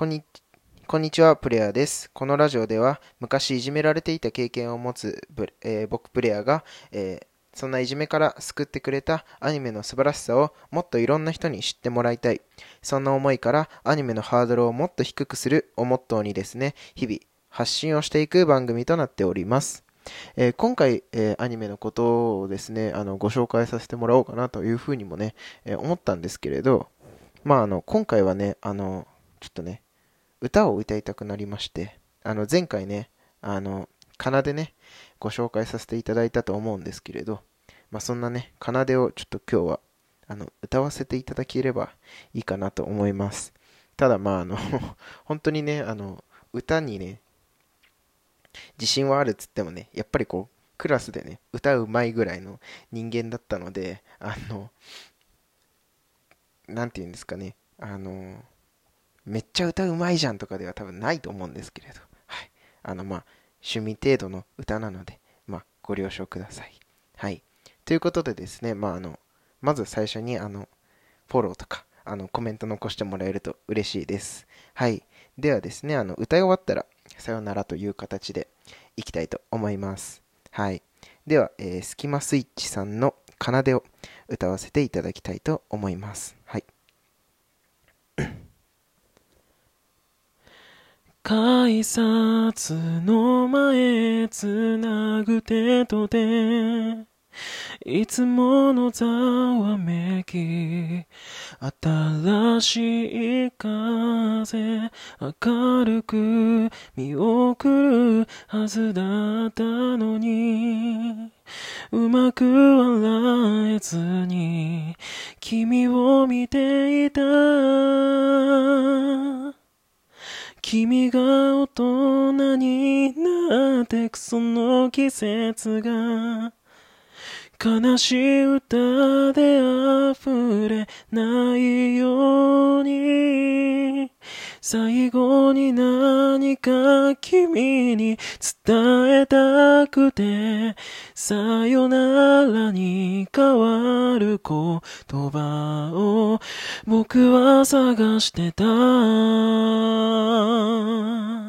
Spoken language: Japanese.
こんに、こんにちは、プレイヤーです。このラジオでは、昔いじめられていた経験を持つ僕プレイヤーが、そんないじめから救ってくれたアニメの素晴らしさをもっといろんな人に知ってもらいたい。そんな思いからアニメのハードルをもっと低くするをモットーにですね、日々発信をしていく番組となっております。今回、アニメのことをですね、ご紹介させてもらおうかなというふうにもね、思ったんですけれど、今回はね、ちょっとね、歌を歌いたくなりまして、前回ね、奏でね、ご紹介させていただいたと思うんですけれど、そんなね、奏でをちょっと今日は、歌わせていただければいいかなと思います。ただ、本当にね、歌にね、自信はあるっつってもね、やっぱりこう、クラスでね、歌うまいぐらいの人間だったので、なんて言うんですかね、めっちゃ歌うまいじゃんとかでは多分ないと思うんですけれど、はい。趣味程度の歌なので、ご了承ください。はい。ということでですね、まず最初に、フォローとか、コメント残してもらえると嬉しいです。はい。ではですね、歌い終わったら、さよならという形でいきたいと思います。はい。では、スキマスイッチさんの奏でを歌わせていただきたいと思います。はい。 改札の前つなぐ手と手いつものざわめき新しい風明るく見送るはずだったのにうまく笑えずに君を見ていた君が大人になってくその季節が悲しい歌で溢れないように最後に何か君に伝えたくてさよならに変わる言葉を僕は探してた